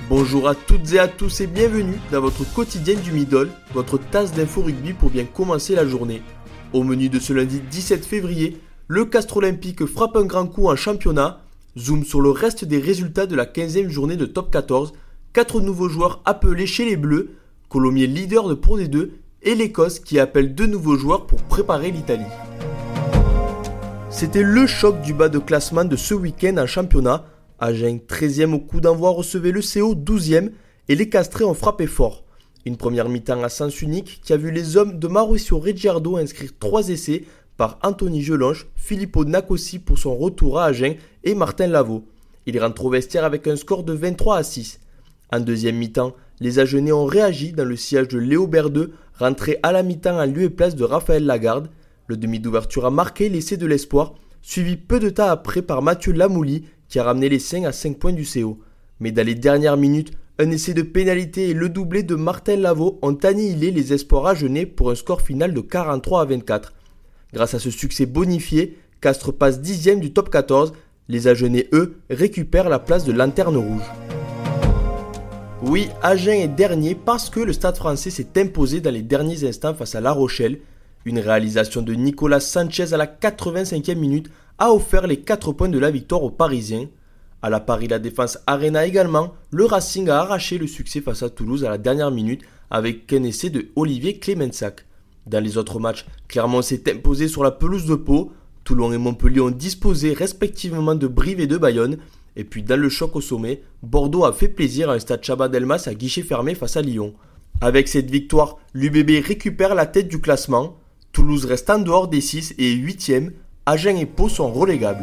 Bonjour à toutes et à tous et bienvenue dans votre quotidien du Middle, votre tasse d'info rugby pour bien commencer la journée. Au menu de ce lundi 17 février, le Castres Olympique frappe un grand coup en championnat, zoom sur le reste des résultats de la 15e journée de top 14, 4 nouveaux joueurs appelés chez les Bleus, Colomiers leader de Pro D2 et l'Écosse qui appelle 2 nouveaux joueurs pour préparer l'Italie. C'était le choc du bas de classement de ce week-end en championnat. Agen 13e au coup d'envoi recevait le CO 12e et les Castrés ont frappé fort. Une première mi-temps à sens unique qui a vu les hommes de Mauricio Ricciardo inscrire 3 essais par Anthony Gelonche, Filippo Nakossi pour son retour à Agen et Martin Lavaux. Il rentre au vestiaire avec un score de 23-6. En deuxième mi-temps, les Agenais ont réagi dans le sillage de Léo Berdeux, rentré à la mi-temps en lieu et place de Raphaël Lagarde. Le demi d'ouverture a marqué l'essai de l'espoir, suivi peu de temps après par Mathieu Lamouli qui a ramené les Saints à 5 points du CO. Mais dans les dernières minutes, un essai de pénalité et le doublé de Martin Lavaux ont annihilé les espoirs agenais pour un score final de 43-24. Grâce à ce succès bonifié, Castres passe 10e du top 14. Les Agenais, eux, récupèrent la place de lanterne rouge. Oui, Agen est dernier parce que le Stade français s'est imposé dans les derniers instants face à La Rochelle. Une réalisation de Nicolas Sanchez à la 85e minute a offert les 4 points de la victoire aux Parisiens. À la Paris La Défense Arena également, le Racing a arraché le succès face à Toulouse à la dernière minute avec un essai de Olivier Clémensac. Dans les autres matchs, Clermont s'est imposé sur la pelouse de Pau. Toulon et Montpellier ont disposé respectivement de Brive et de Bayonne. Et puis dans le choc au sommet, Bordeaux a fait plaisir à un stade Chabat-Delmas à guichet fermé face à Lyon. Avec cette victoire, l'UBB récupère la tête du classement. Toulouse reste en dehors des 6 et est 8e. Agen et Pau sont relégables.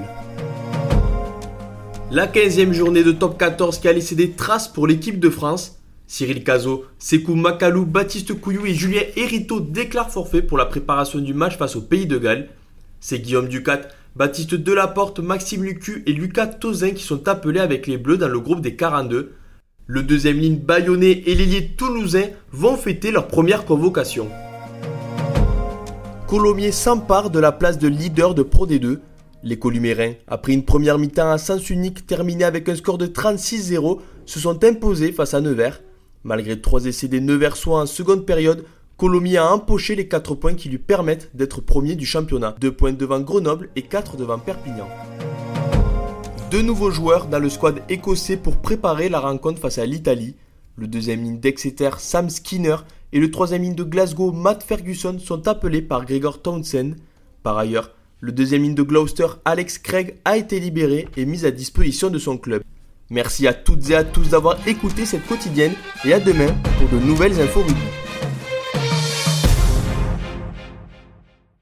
La 15e journée de top 14 qui a laissé des traces pour l'équipe de France. Cyril Cazot, Sékou Makalou, Baptiste Couillou et Julien Hériteau déclarent forfait pour la préparation du match face au Pays de Galles. C'est Guillaume Ducat, Baptiste Delaporte, Maxime Lucu et Lucas Tozin qui sont appelés avec les Bleus dans le groupe des 42. Le deuxième ligne bayonnais et l'ailier toulousain vont fêter leur première convocation. Colomiers s'empare de la place de leader de Pro D2. Les Columérins, après une première mi-temps à sens unique terminée avec un score de 36-0, se sont imposés face à Nevers. Malgré 3 essais des Neversois en seconde période, Colomiers a empoché les 4 points qui lui permettent d'être premier du championnat. 2 points devant Grenoble et 4 devant Perpignan. 2 nouveaux joueurs dans le squad écossais pour préparer la rencontre face à l'Italie. Le deuxième ligne d'Exeter, Sam Skinner, et le troisième ligne de Glasgow, Matt Ferguson, sont appelés par Gregor Townsend. Par ailleurs, le deuxième ligne de Gloucester, Alex Craig, a été libéré et mis à disposition de son club. Merci à toutes et à tous d'avoir écouté cette quotidienne et à demain pour de nouvelles infos rugby.